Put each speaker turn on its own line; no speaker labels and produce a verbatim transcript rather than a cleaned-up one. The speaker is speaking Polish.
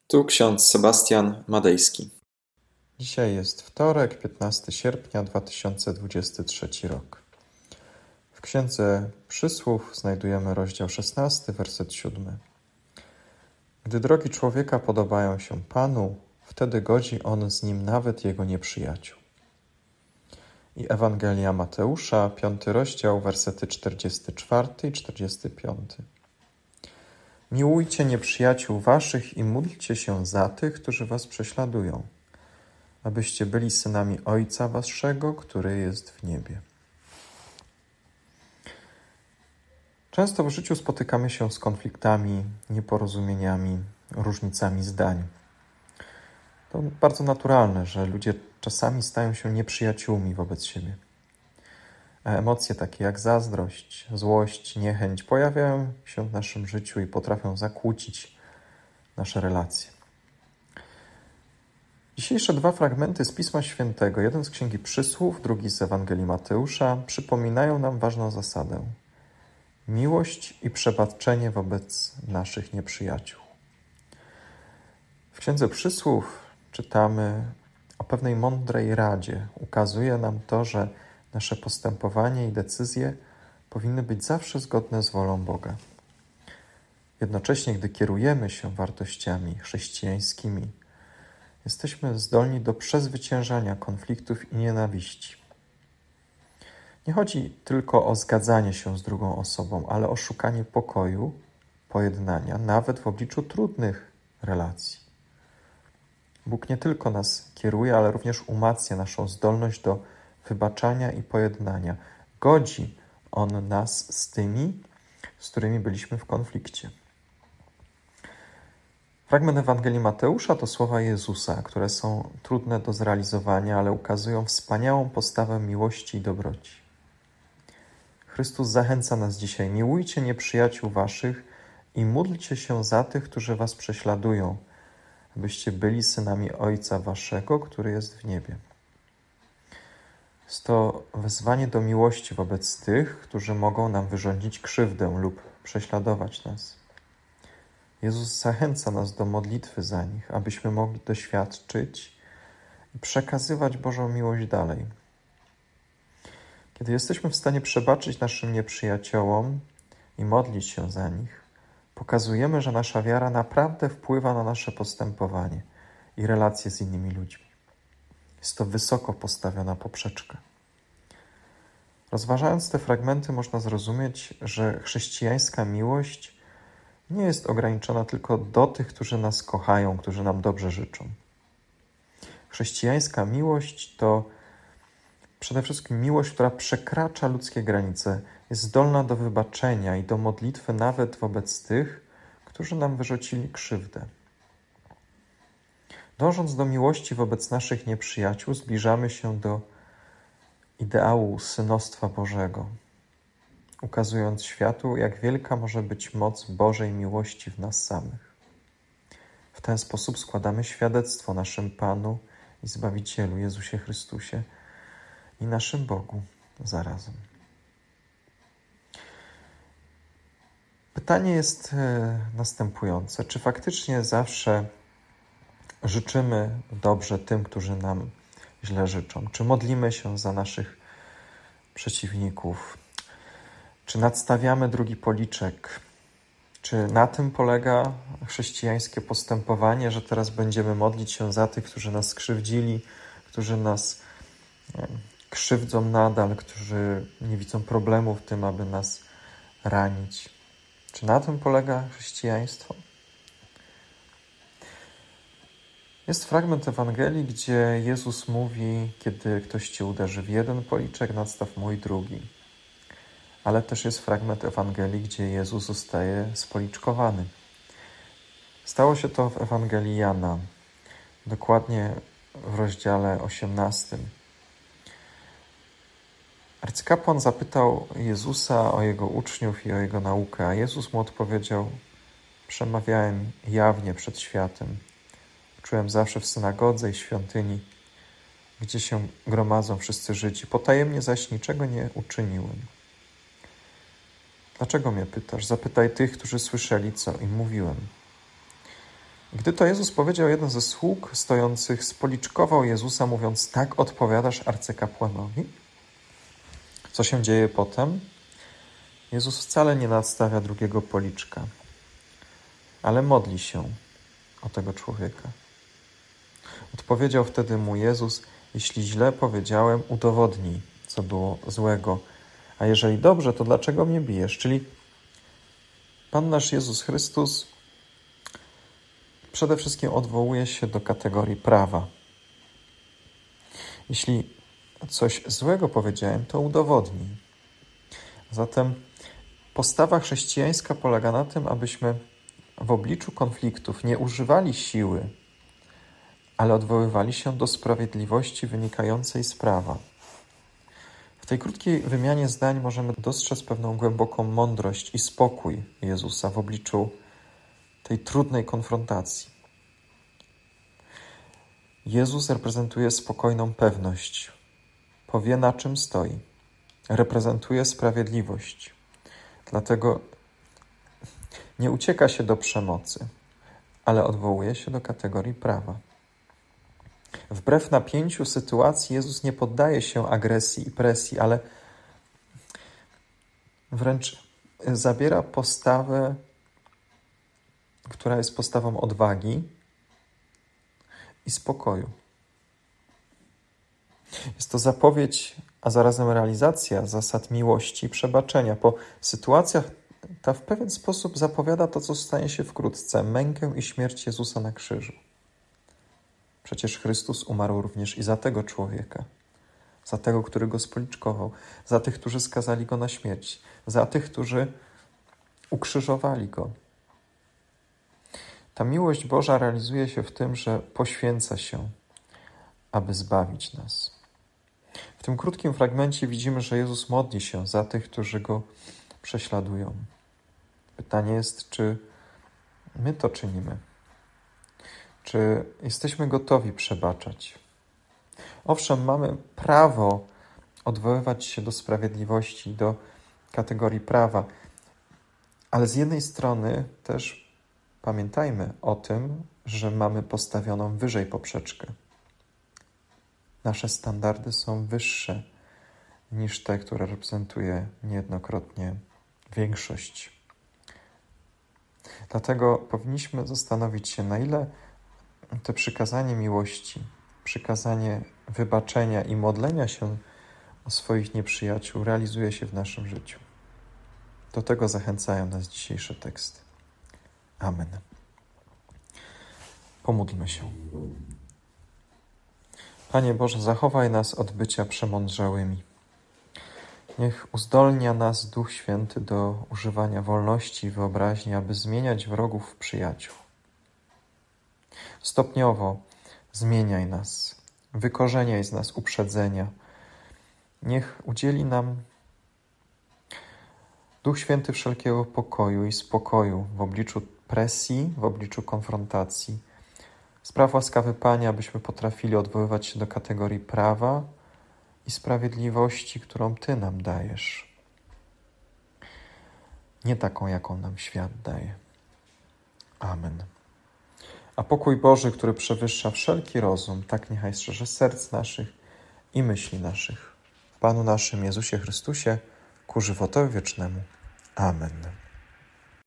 Tu ksiądz Sebastian Madejski.
Dzisiaj jest wtorek, piętnastego sierpnia dwa tysiące dwudziesty trzeci rok. W Księdze Przysłów znajdujemy rozdział szesnasty, werset siódmy. Gdy drogi człowieka podobają się Panu, wtedy godzi On z nim nawet jego nieprzyjaciół. I Ewangelia Mateusza, piąty rozdział, wersety czterdziesty czwarty i czterdziesty piąty. Miłujcie nieprzyjaciół waszych i módlcie się za tych, którzy was prześladują, abyście byli synami Ojca waszego, który jest w niebie. Często w życiu spotykamy się z konfliktami, nieporozumieniami, różnicami zdań. To bardzo naturalne, że ludzie czasami stają się nieprzyjaciółmi wobec siebie. A emocje takie jak zazdrość, złość, niechęć pojawiają się w naszym życiu i potrafią zakłócić nasze relacje. Dzisiejsze dwa fragmenty z Pisma Świętego, jeden z Księgi Przysłów, drugi z Ewangelii Mateusza, przypominają nam ważną zasadę. Miłość i przebaczenie wobec naszych nieprzyjaciół. W Księdze Przysłów czytamy o pewnej mądrej radzie. Ukazuje nam to, że nasze postępowanie i decyzje powinny być zawsze zgodne z wolą Boga. Jednocześnie, gdy kierujemy się wartościami chrześcijańskimi, jesteśmy zdolni do przezwyciężania konfliktów i nienawiści. Nie chodzi tylko o zgadzanie się z drugą osobą, ale o szukanie pokoju, pojednania, nawet w obliczu trudnych relacji. Bóg nie tylko nas kieruje, ale również umacnia naszą zdolność do wybaczania i pojednania. Godzi On nas z tymi, z którymi byliśmy w konflikcie. Fragment Ewangelii Mateusza to słowa Jezusa, które są trudne do zrealizowania, ale ukazują wspaniałą postawę miłości i dobroci. Chrystus zachęca nas dzisiaj: miłujcie nieprzyjaciół waszych i módlcie się za tych, którzy was prześladują, abyście byli synami Ojca waszego, który jest w niebie. Jest to wezwanie do miłości wobec tych, którzy mogą nam wyrządzić krzywdę lub prześladować nas. Jezus zachęca nas do modlitwy za nich, abyśmy mogli doświadczyć i przekazywać Bożą miłość dalej. Kiedy jesteśmy w stanie przebaczyć naszym nieprzyjaciołom i modlić się za nich, pokazujemy, że nasza wiara naprawdę wpływa na nasze postępowanie i relacje z innymi ludźmi. Jest to wysoko postawiona poprzeczka. Rozważając te fragmenty, można zrozumieć, że chrześcijańska miłość nie jest ograniczona tylko do tych, którzy nas kochają, którzy nam dobrze życzą. Chrześcijańska miłość to przede wszystkim miłość, która przekracza ludzkie granice, jest zdolna do wybaczenia i do modlitwy nawet wobec tych, którzy nam wyrzucili krzywdę. Dążąc do miłości wobec naszych nieprzyjaciół, zbliżamy się do ideału synostwa Bożego, ukazując światu, jak wielka może być moc Bożej miłości w nas samych. W ten sposób składamy świadectwo naszym Panu i Zbawicielu Jezusie Chrystusie i naszym Bogu zarazem. Pytanie jest następujące. Czy faktycznie zawsze życzymy dobrze tym, którzy nam źle życzą? Czy modlimy się za naszych przeciwników? Czy nadstawiamy drugi policzek? Czy na tym polega chrześcijańskie postępowanie, że teraz będziemy modlić się za tych, którzy nas skrzywdzili, którzy nas krzywdzą nadal, którzy nie widzą problemu w tym, aby nas ranić? Czy na tym polega chrześcijaństwo? Jest fragment Ewangelii, gdzie Jezus mówi: kiedy ktoś cię uderzy w jeden policzek, nadstaw mój drugi. Ale też jest fragment Ewangelii, gdzie Jezus zostaje spoliczkowany. Stało się to w Ewangelii Jana, dokładnie w rozdziale osiemnastym. Arcykapłan zapytał Jezusa o jego uczniów i o jego naukę, a Jezus mu odpowiedział: przemawiałem jawnie przed światem. Uczyłem zawsze w synagodze i świątyni, gdzie się gromadzą wszyscy Żydzi. Potajemnie zaś niczego nie uczyniłem. Dlaczego mnie pytasz? Zapytaj tych, którzy słyszeli, co im mówiłem. Gdy to Jezus powiedział, jeden ze sług stojących spoliczkował Jezusa, mówiąc: tak odpowiadasz arcykapłanowi? Co się dzieje potem? Jezus wcale nie nadstawia drugiego policzka, ale modli się o tego człowieka. Odpowiedział wtedy mu Jezus: jeśli źle powiedziałem, udowodnij, co było złego, a jeżeli dobrze, to dlaczego mnie bijesz? Czyli Pan nasz Jezus Chrystus przede wszystkim odwołuje się do kategorii prawa. Jeśli coś złego powiedziałem, to udowodnij. Zatem postawa chrześcijańska polega na tym, abyśmy w obliczu konfliktów nie używali siły, ale odwoływali się do sprawiedliwości wynikającej z prawa. W tej krótkiej wymianie zdań możemy dostrzec pewną głęboką mądrość i spokój Jezusa w obliczu tej trudnej konfrontacji. Jezus reprezentuje spokojną pewność. Powie, na czym stoi. Reprezentuje sprawiedliwość. Dlatego nie ucieka się do przemocy, ale odwołuje się do kategorii prawa. Wbrew napięciu sytuacji Jezus nie poddaje się agresji i presji, ale wręcz zabiera postawę, która jest postawą odwagi i spokoju. Jest to zapowiedź, a zarazem realizacja zasad miłości i przebaczenia. Po sytuacjach ta w pewien sposób zapowiada to, co stanie się wkrótce, mękę i śmierć Jezusa na krzyżu. Przecież Chrystus umarł również i za tego człowieka, za tego, który go spoliczkował, za tych, którzy skazali go na śmierć, za tych, którzy ukrzyżowali go. Ta miłość Boża realizuje się w tym, że poświęca się, aby zbawić nas. W tym krótkim fragmencie widzimy, że Jezus modli się za tych, którzy go prześladują. Pytanie jest, czy my to czynimy? Czy jesteśmy gotowi przebaczać? Owszem, mamy prawo odwoływać się do sprawiedliwości, do kategorii prawa, ale z jednej strony też pamiętajmy o tym, że mamy postawioną wyżej poprzeczkę. Nasze standardy są wyższe niż te, które reprezentuje niejednokrotnie większość. Dlatego powinniśmy zastanowić się, na ile to przykazanie miłości, przykazanie wybaczenia i modlenia się o swoich nieprzyjaciół realizuje się w naszym życiu. Do tego zachęcają nas dzisiejsze teksty. Amen. Pomódlmy się. Panie Boże, zachowaj nas od bycia przemądrzałymi. Niech uzdolnia nas Duch Święty do używania wolności i wyobraźni, aby zmieniać wrogów w przyjaciół. Stopniowo zmieniaj nas, wykorzeniaj z nas uprzedzenia. Niech udzieli nam Duch Święty wszelkiego pokoju i spokoju w obliczu presji, w obliczu konfrontacji. Spraw łaskawy Panie, abyśmy potrafili odwoływać się do kategorii prawa i sprawiedliwości, którą Ty nam dajesz. Nie taką, jaką nam świat daje. Amen. A pokój Boży, który przewyższa wszelki rozum, tak niechaj strzeże serc naszych i myśli naszych. W Panu naszym Jezusie Chrystusie, ku żywotowi wiecznemu. Amen.